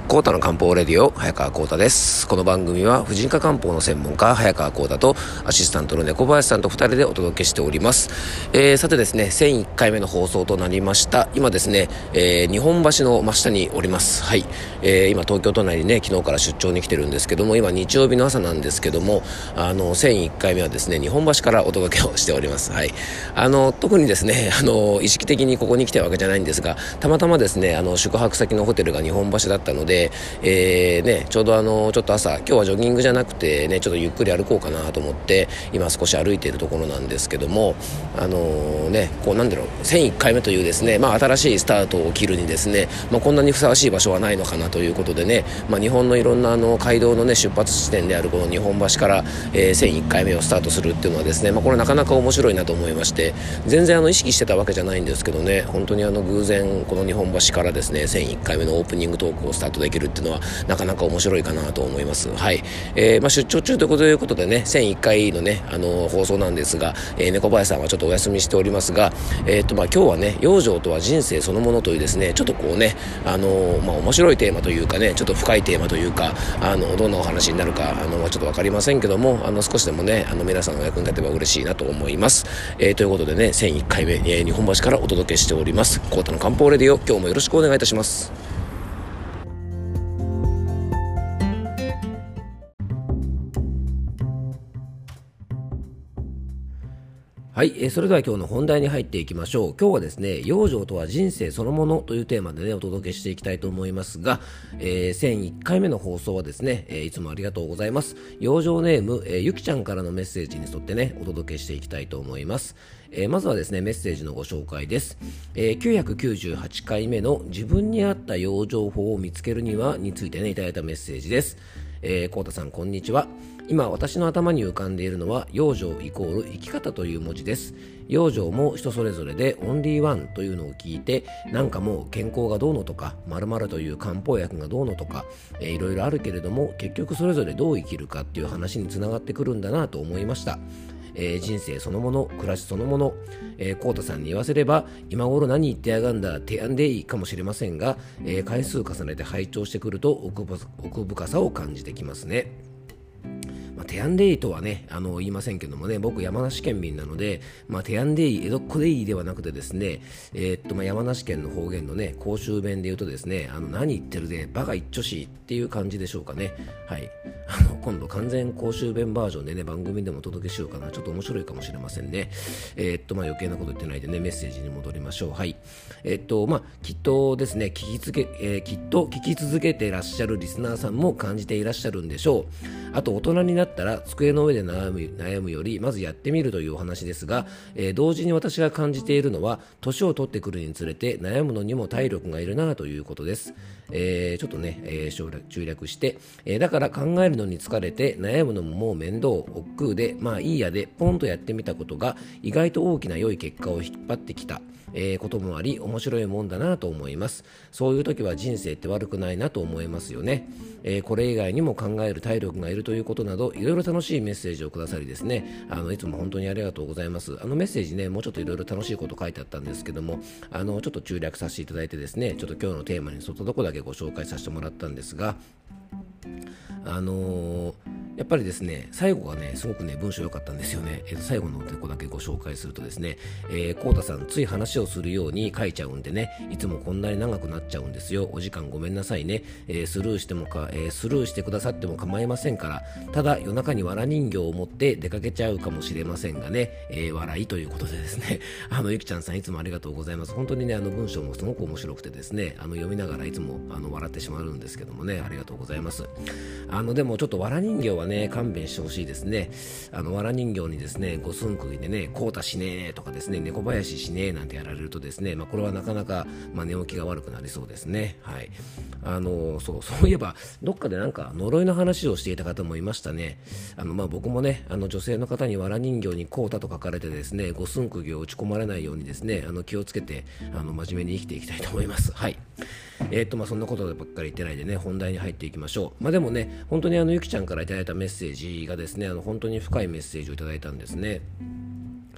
コータの漢方レディオ早川コータです。この番組は婦人科漢方の専門家早川コータとアシスタントの猫林さんと2人でお届けしております。さてですね、1001回目の放送となりました。今ですね、日本橋の真下におります。はい、今東京都内にね昨日から出張に来てるんですけども、今日曜日の朝なんですけども、1001回目はですね日本橋からお届けをしております。はい、特にですね意識的にここに来たわけじゃないんですが、たまたまですね宿泊先のホテルが日本橋だったのでちょうどちょっと朝、今日はジョギングじゃなくてねちょっとゆっくり歩こうかなと思って今少し歩いているところなんですけども、こう1001回目というですね、新しいスタートを切るにですね、こんなにふさわしい場所はないのかなということでね、日本のいろんな街道のね出発地点であるこの日本橋から、1001回目をスタートするっていうのはですね、これなかなか面白いなと思いまして、全然意識してたわけじゃないんですけどね、本当に偶然この日本橋からですね1001回目のオープニングトークをスタートできるっていうのはなかなか面白いかなと思います。はい、出張中ということでね1001回のね放送なんですが、猫林さんはちょっとお休みしておりますが、今日はね養生とは人生そのものというですね、ちょっとこうね面白いテーマというかね、ちょっと深いテーマというかどんなお話になるかちょっと分かりませんけども、少しでもね皆さんの役に立てば嬉しいなと思います。ということでね1001回目、日本橋からお届けしておりますコータの漢方レディオ、今日もよろしくお願いいたします。はい、それでは今日の本題に入っていきましょう。今日はですね、養生とは人生そのものというテーマでね、お届けしていきたいと思いますが、1001回目の放送はですね、いつもありがとうございます。養生ネーム、ゆきちゃんからのメッセージに沿ってね、お届けしていきたいと思います。まずはですね、メッセージのご紹介です。998回目の自分に合った養生法を見つけるにはについてね、いただいたメッセージです。コータさん、こんにちは。今私の頭に浮かんでいるのは養生イコール生き方という文字です。養生も人それぞれでオンリーワンというのを聞いて、なんかもう健康がどうのとか〇〇という漢方薬がどうのとか、いろいろあるけれども結局それぞれどう生きるかっていう話につながってくるんだなと思いました。人生そのもの、暮らしそのもの、コータさんに言わせれば今頃何言ってやがんだ提案でいいかもしれませんが、回数重ねて拝聴してくると奥深さを感じてきますね。テアンデイとはね言いませんけどもね、僕山梨県民なので、テアンデイ江戸っ子でいいではなくてですね、山梨県の方言のね甲州弁で言うとですね、何言ってるでバカ一丁しっていう感じでしょうかね。はい、今度完全甲州弁バージョンでね番組でもお届けしようかな。ちょっと面白いかもしれませんね。余計なこと言ってないでねメッセージに戻りましょう。はい、きっとですねきっと聞き続けていらっしゃるリスナーさんも感じていらっしゃるんでしょう。あと大人になったら机の上で悩むよりまずやってみるというお話ですが、同時に私が感じているのは年を取ってくるにつれて悩むのにも体力がいるなということです。ちょっとね、中略して、だから考えるのに疲れて悩むのももう面倒億劫でいいやでポンとやってみたことが意外と大きな良い結果を引っ張ってきたこともあり面白いもんだなと思います。そういう時は人生って悪くないなと思いますよね。これ以外にも考える体力がいるということなどいろいろ楽しいメッセージをくださりですね、いつも本当にありがとうございます。メッセージねもうちょっといろいろ楽しいこと書いてあったんですけども、ちょっと中略させていただいてですね、ちょっと今日のテーマに沿ったところだけご紹介させてもらったんですが、やっぱりですね最後がねすごくね文章良かったんですよね。最後のとこだけご紹介するとですね、コータさんつい話をするように書いちゃうんでね、いつもこんなに長くなっちゃうんですよ。お時間ごめんなさいね。スルーしてくださっても構いませんから、ただ夜中に藁人形を持って出かけちゃうかもしれませんがね、笑いということでですねゆきちゃんさんいつもありがとうございます。本当にね文章もすごく面白くてですね、読みながらいつも笑ってしまうんですけどもね、ありがとうございます。でもちょっと藁人形はね勘弁してほしいですね。藁人形にですね五寸釘でねコータしねえとかですね猫林しねえなんてやられるとですね、これはなかなか、寝起きが悪くなりそうですね。はい、そういえばどっかでなんか呪いの話をしていた方もいましたね。僕もね女性の方に藁人形にコータと書かれてですね五寸釘を打ち込まれないようにですね気をつけて真面目に生きていきたいと思います。はい、そんなことばっかり言ってないでね本題に入っていきましょう。でもね本当にゆきちゃんからいただいたメッセージがですね本当に深いメッセージをいただいたんですね。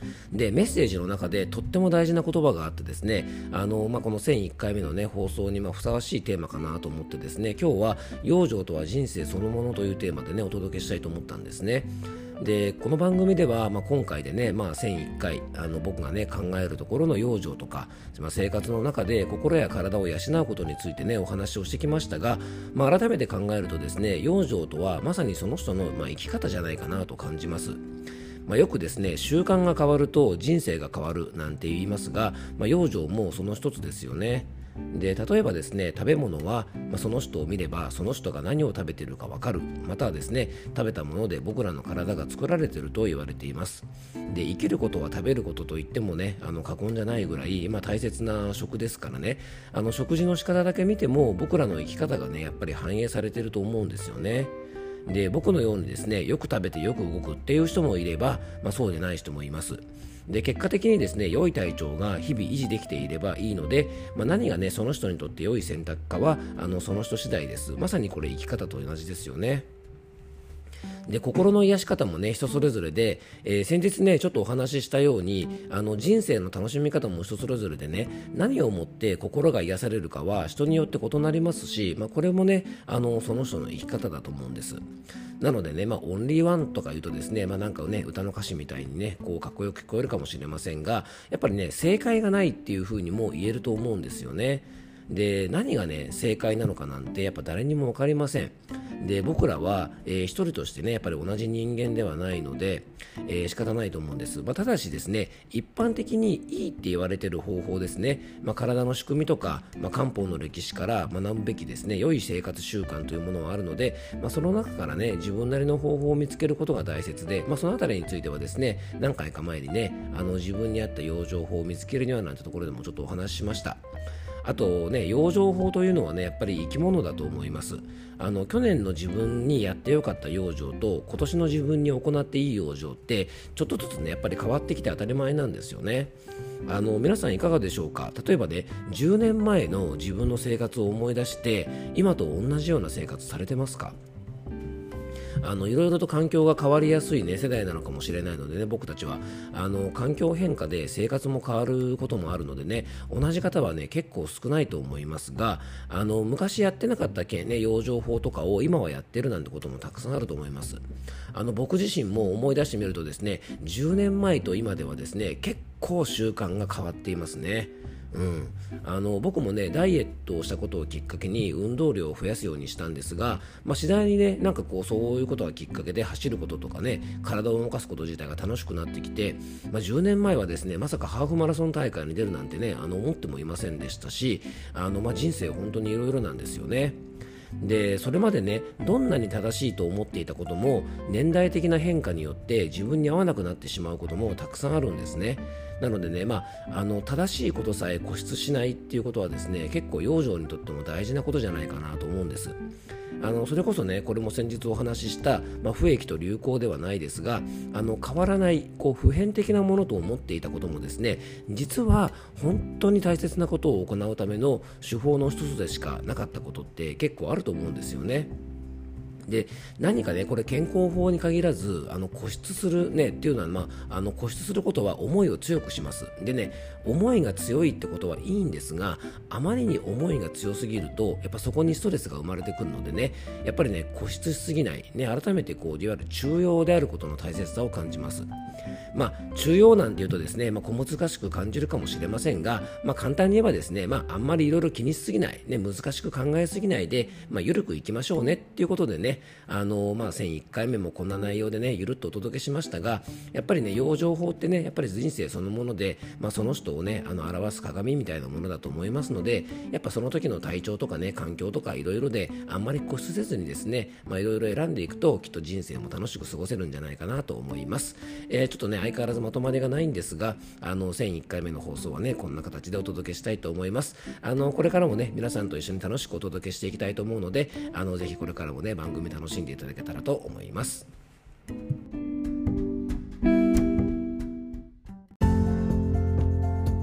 でメッセージの中でとっても大事な言葉があってですね、この1001回目のね放送にふさわしいテーマかなと思ってですね、今日は養生とは人生そのものというテーマでねお届けしたいと思ったんですね。でこの番組では、今回でね、1001回僕がね考えるところの養生とか、生活の中で心や体を養うことについてねお話をしてきましたが、改めて考えるとですね、養生とはまさにその人の、生き方じゃないかなと感じます。よくですね、習慣が変わると人生が変わるなんて言いますが、養生もその一つですよね。で例えばですね、食べ物は、その人を見ればその人が何を食べているか分かる、またはですね、食べたもので僕らの体が作られていると言われています。で生きることは食べることと言ってもね過言じゃないぐらい、大切な食ですからね、食事の仕方だけ見ても僕らの生き方がねやっぱり反映されていると思うんですよね。で僕のようにですね、よく食べてよく動くっていう人もいれば、そうでない人もいます。で結果的にですね、良い体調が日々維持できていればいいので、何がねその人にとって良い選択かはその人次第です。まさにこれ生き方と同じですよね。で心の癒し方もね人それぞれで、先日ねちょっとお話ししたように人生の楽しみ方も人それぞれでね、何をもって心が癒されるかは人によって異なりますし、これもねその人の生き方だと思うんです。なのでね、オンリーワンとか言うとですね、なんかね歌の歌詞みたいにねこうかっこよく聞こえるかもしれませんが、やっぱりね正解がないっていう風にも言えると思うんですよね。で何がね正解なのかなんてやっぱ誰にも分かりません。で僕らは、一人としてねやっぱり同じ人間ではないので、仕方ないと思うんです。ただしですね、一般的にいいって言われている方法ですね、体の仕組みとか、漢方の歴史から学ぶべきですね良い生活習慣というものはあるので、その中からね自分なりの方法を見つけることが大切で、そのあたりについてはですね何回か前にね自分に合った養生法を見つけるにはなんてところでもちょっとお話ししました。あとね、養生法というのはねやっぱり生き物だと思います。去年の自分にやってよかった養生と今年の自分に行っていい養生ってちょっとずつねやっぱり変わってきて当たり前なんですよね。皆さんいかがでしょうか。例えばね、10年前の自分の生活を思い出して今と同じような生活されてますか。いろいろと環境が変わりやすい、世代なのかもしれないのでね、僕たちは環境変化で生活も変わることもあるのでね、同じ方はね結構少ないと思いますが、昔やってなかった養生法とかを今はやってるなんてこともたくさんあると思います。僕自身も思い出してみるとですね、10年前と今ではですね結構習慣が変わっていますね。僕もねダイエットをしたことをきっかけに運動量を増やすようにしたんですが、次第にねそういうことがきっかけで走ることとかね体を動かすこと自体が楽しくなってきて、10年前はですねまさかハーフマラソン大会に出るなんてね思ってもいませんでしたし、人生本当にいろいろなんですよね。でそれまでねどんなに正しいと思っていたことも年代的な変化によって自分に合わなくなってしまうこともたくさんあるんですね。なのでね、正しいことさえ固執しないっていうことはですね結構養生にとっても大事なことじゃないかなと思うんです。それこそねこれも先日お話しした、不易と流行ではないですが変わらない普遍的なものと思っていたこともですね実は本当に大切なことを行うための手法の一つでしかなかったことって結構あると思うんですよね。で何かねこれ健康法に限らず固執するねっていうのは、固執することは思いを強くします。でね思いが強いってことはいいんですが、あまりに思いが強すぎるとやっぱそこにストレスが生まれてくるのでね、やっぱりね固執しすぎないね、改めていわゆる中庸であることの大切さを感じます。中庸なんていうとですね、小難しく感じるかもしれませんが、簡単に言えばですね、あんまりいろいろ気にしすぎない、難しく考えすぎないで、緩くいきましょうねっていうことでね、1001回目もこんな内容でねゆるっとお届けしましたが、やっぱりね養生法ってねやっぱり人生そのもので、その人をね表す鏡みたいなものだと思いますので、やっぱその時の体調とかね環境とかいろいろであんまり固執せずにですね、いろいろ選んでいくときっと人生も楽しく過ごせるんじゃないかなと思います。ちょっとね相変わらずまとまりがないんですが、1001回目の放送はねこんな形でお届けしたいと思います。これからもね皆さんと一緒に楽しくお届けしていきたいと思うので、ぜひこれからもね番組楽しんでいただけたらと思います。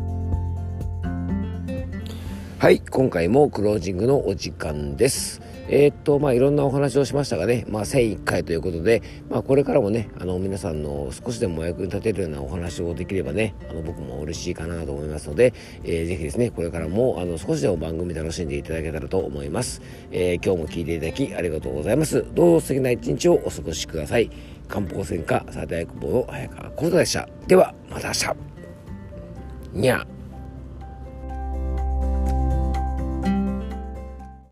はい、今回もクロージングのお時間です。 いろんなお話をしましたがね、1001回ということで、これからもね、皆さんの少しでもお役に立てるようなお話をできればね、僕も嬉しいかなと思いますので、ぜひですね、これからも少しでも番組楽しんでいただけたらと思います。今日も聞いていただきありがとうございます。どうぞ素敵な一日をお過ごしください。漢方専科サーティア役房の早川幸太でした。ではまた明日。にゃ